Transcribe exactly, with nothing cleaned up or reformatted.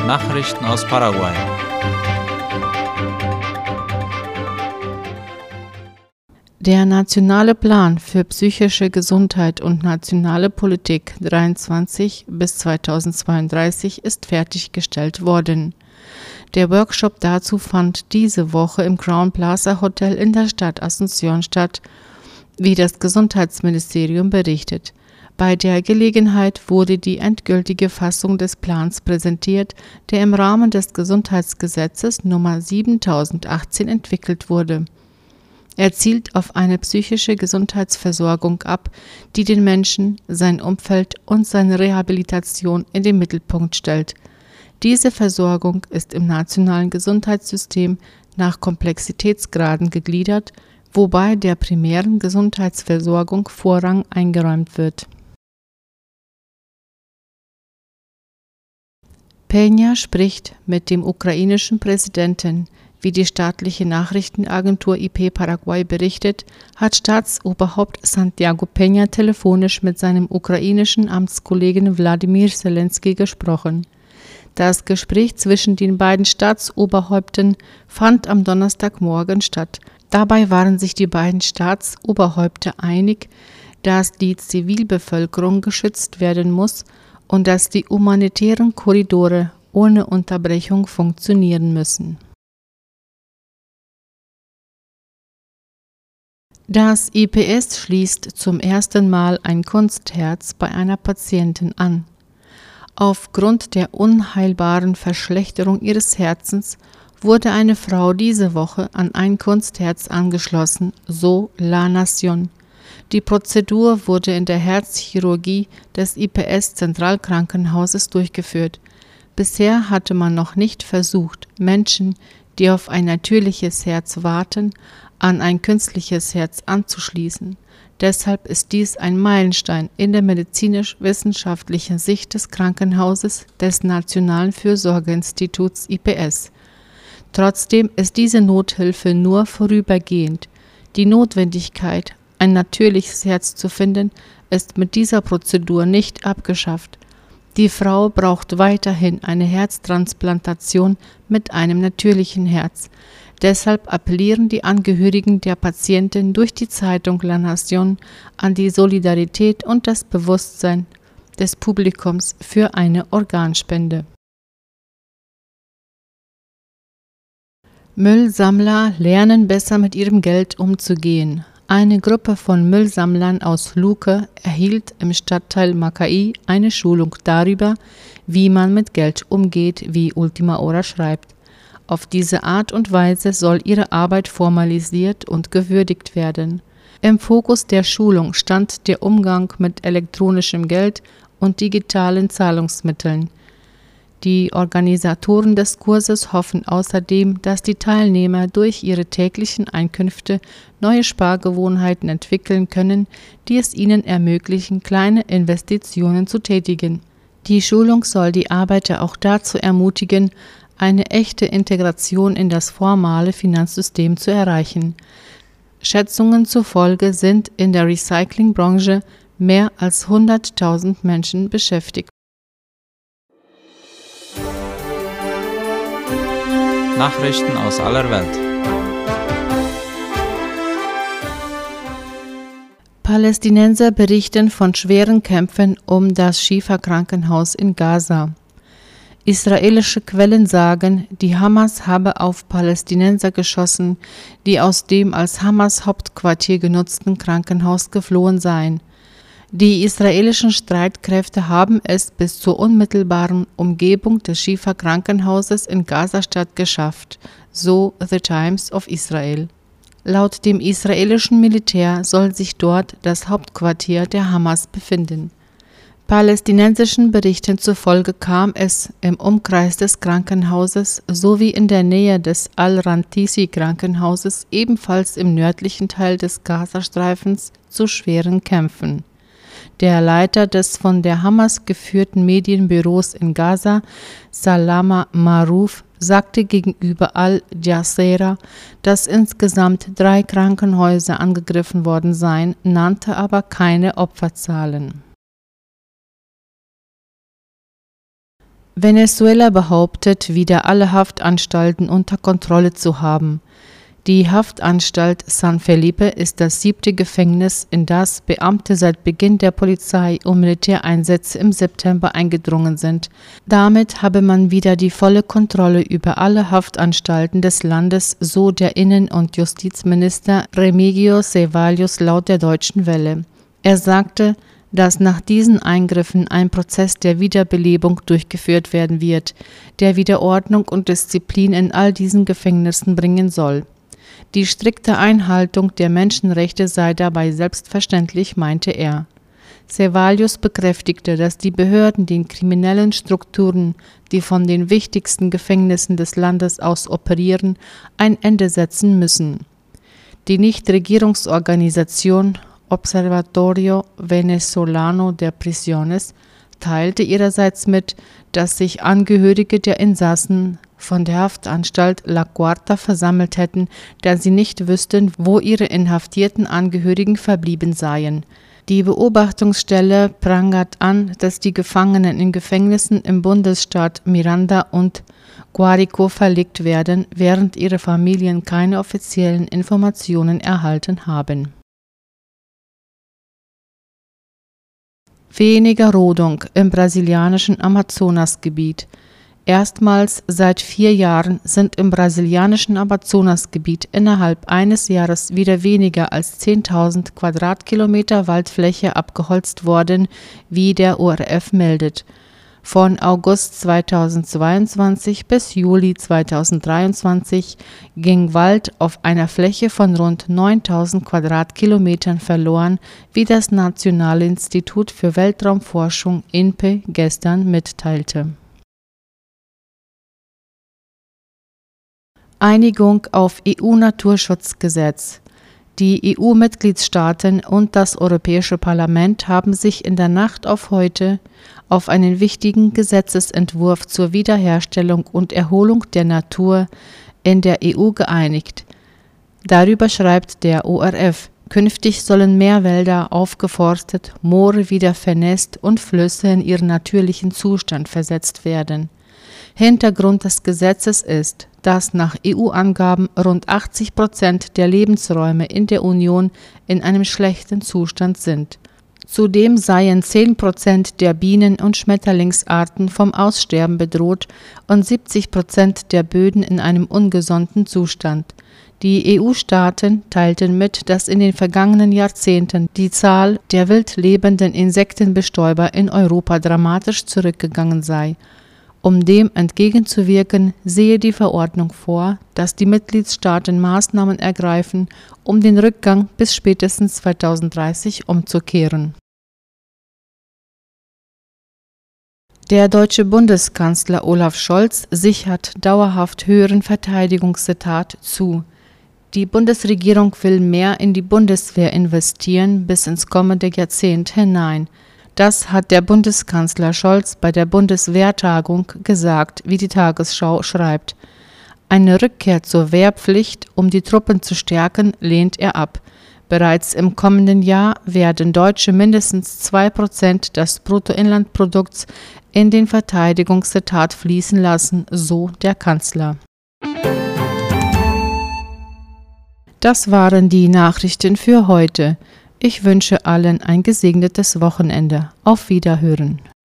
Nachrichten aus Paraguay. Der Nationale Plan für psychische Gesundheit und nationale Politik dreiundzwanzig bis zweitausendzweiunddreißig ist fertiggestellt worden. Der Workshop dazu fand diese Woche im Crown Plaza Hotel in der Stadt Asunción statt, wie das Gesundheitsministerium berichtet. Bei der Gelegenheit wurde die endgültige Fassung des Plans präsentiert, der im Rahmen des Gesundheitsgesetzes Nummer siebentausendachtzehn entwickelt wurde. Er zielt auf eine psychische Gesundheitsversorgung ab, die den Menschen, sein Umfeld und seine Rehabilitation in den Mittelpunkt stellt. Diese Versorgung ist im nationalen Gesundheitssystem nach Komplexitätsgraden gegliedert, wobei der primären Gesundheitsversorgung Vorrang eingeräumt wird. Peña spricht mit dem ukrainischen Präsidenten. Wie die staatliche Nachrichtenagentur I P Paraguay berichtet, hat Staatsoberhaupt Santiago Peña telefonisch mit seinem ukrainischen Amtskollegen Wladimir Zelensky gesprochen. Das Gespräch zwischen den beiden Staatsoberhäuptern fand am Donnerstagmorgen statt. Dabei waren sich die beiden Staatsoberhäupter einig, dass die Zivilbevölkerung geschützt werden muss und dass die humanitären Korridore ohne Unterbrechung funktionieren müssen. Das I P S schließt zum ersten Mal ein Kunstherz bei einer Patientin an. Aufgrund der unheilbaren Verschlechterung ihres Herzens wurde eine Frau diese Woche an ein Kunstherz angeschlossen, so La Nación. Die Prozedur wurde in der Herzchirurgie des I P S-Zentralkrankenhauses durchgeführt. Bisher hatte man noch nicht versucht, Menschen, die auf ein natürliches Herz warten, an ein künstliches Herz anzuschließen. Deshalb ist dies ein Meilenstein in der medizinisch-wissenschaftlichen Sicht des Krankenhauses des Nationalen Fürsorgeinstituts I P S. Trotzdem ist diese Nothilfe nur vorübergehend. Die Notwendigkeit, ein natürliches Herz zu finden, ist mit dieser Prozedur nicht abgeschafft. Die Frau braucht weiterhin eine Herztransplantation mit einem natürlichen Herz. Deshalb appellieren die Angehörigen der Patientin durch die Zeitung La Nación an die Solidarität und das Bewusstsein des Publikums für eine Organspende. Müllsammler lernen besser mit ihrem Geld umzugehen. Eine Gruppe von Müllsammlern aus Luque erhielt im Stadtteil Macaí eine Schulung darüber, wie man mit Geld umgeht, wie Ultima Hora schreibt. Auf diese Art und Weise soll ihre Arbeit formalisiert und gewürdigt werden. Im Fokus der Schulung stand der Umgang mit elektronischem Geld und digitalen Zahlungsmitteln. Die Organisatoren des Kurses hoffen außerdem, dass die Teilnehmer durch ihre täglichen Einkünfte neue Spargewohnheiten entwickeln können, die es ihnen ermöglichen, kleine Investitionen zu tätigen. Die Schulung soll die Arbeiter auch dazu ermutigen, eine echte Integration in das formale Finanzsystem zu erreichen. Schätzungen zufolge sind in der Recyclingbranche mehr als hunderttausend Menschen beschäftigt. Nachrichten aus aller Welt. Palästinenser berichten von schweren Kämpfen um das Schifa-Krankenhaus in Gaza. Israelische Quellen sagen, die Hamas habe auf Palästinenser geschossen, die aus dem als Hamas-Hauptquartier genutzten Krankenhaus geflohen seien. Die israelischen Streitkräfte haben es bis zur unmittelbaren Umgebung des Schifa-Krankenhauses in Gazastadt geschafft, so The Times of Israel. Laut dem israelischen Militär soll sich dort das Hauptquartier der Hamas befinden. Palästinensischen Berichten zufolge kam es im Umkreis des Krankenhauses sowie in der Nähe des Al-Rantisi-Krankenhauses, ebenfalls im nördlichen Teil des Gazastreifens, zu schweren Kämpfen. Der Leiter des von der Hamas geführten Medienbüros in Gaza, Salama Maruf, sagte gegenüber Al Jazeera, dass insgesamt drei Krankenhäuser angegriffen worden seien, nannte aber keine Opferzahlen. Venezuela behauptet, wieder alle Haftanstalten unter Kontrolle zu haben. Die Haftanstalt San Felipe ist das siebte Gefängnis, in das Beamte seit Beginn der Polizei- und Militäreinsätze im September eingedrungen sind. Damit habe man wieder die volle Kontrolle über alle Haftanstalten des Landes, so der Innen- und Justizminister Remigio Ceballos laut der Deutschen Welle. Er sagte, dass nach diesen Eingriffen ein Prozess der Wiederbelebung durchgeführt werden wird, der wieder Ordnung und Disziplin in all diesen Gefängnissen bringen soll. Die strikte Einhaltung der Menschenrechte sei dabei selbstverständlich, meinte er. Ceballos bekräftigte, dass die Behörden den kriminellen Strukturen, die von den wichtigsten Gefängnissen des Landes aus operieren, ein Ende setzen müssen. Die Nichtregierungsorganisation Observatorio Venezolano de Prisiones teilte ihrerseits mit, dass sich Angehörige der Insassen von der Haftanstalt La Guarda versammelt hätten, da sie nicht wüssten, wo ihre inhaftierten Angehörigen verblieben seien. Die Beobachtungsstelle prangert an, dass die Gefangenen in Gefängnissen im Bundesstaat Miranda und Guárico verlegt werden, während ihre Familien keine offiziellen Informationen erhalten haben. Weniger Rodung im brasilianischen Amazonasgebiet. Erstmals seit vier Jahren sind im brasilianischen Amazonasgebiet innerhalb eines Jahres wieder weniger als zehntausend Quadratkilometer Waldfläche abgeholzt worden, wie der O R F meldet. Von August zweitausendzweiundzwanzig bis Juli zweitausenddreiundzwanzig ging Wald auf einer Fläche von rund neuntausend Quadratkilometern verloren, wie das Nationale Institut für Weltraumforschung I N P E gestern mitteilte. Einigung auf E U-Naturschutzgesetz. Die E U-Mitgliedstaaten und das Europäische Parlament haben sich in der Nacht auf heute auf einen wichtigen Gesetzesentwurf zur Wiederherstellung und Erholung der Natur in der E U geeinigt. Darüber schreibt der O R F: Künftig sollen mehr Wälder aufgeforstet, Moore wieder vernässt und Flüsse in ihren natürlichen Zustand versetzt werden. Hintergrund des Gesetzes ist, dass nach E U-Angaben rund achtzig Prozent der Lebensräume in der Union in einem schlechten Zustand sind. Zudem seien zehn Prozent der Bienen- und Schmetterlingsarten vom Aussterben bedroht und siebzig Prozent der Böden in einem ungesunden Zustand. Die E U-Staaten teilten mit, dass in den vergangenen Jahrzehnten die Zahl der wild lebenden Insektenbestäuber in Europa dramatisch zurückgegangen sei. Um dem entgegenzuwirken, sehe die Verordnung vor, dass die Mitgliedstaaten Maßnahmen ergreifen, um den Rückgang bis spätestens zweitausenddreißig umzukehren. Der deutsche Bundeskanzler Olaf Scholz sichert dauerhaft höheren Verteidigungsetat zu. Die Bundesregierung will mehr in die Bundeswehr investieren bis ins kommende Jahrzehnt hinein. Das hat der Bundeskanzler Scholz bei der Bundeswehrtagung gesagt, wie die Tagesschau schreibt. Eine Rückkehr zur Wehrpflicht, um die Truppen zu stärken, lehnt er ab. Bereits im kommenden Jahr werden Deutsche mindestens zwei Prozent des Bruttoinlandprodukts in den Verteidigungsetat fließen lassen, so der Kanzler. Das waren die Nachrichten für heute. Ich wünsche allen ein gesegnetes Wochenende. Auf Wiederhören.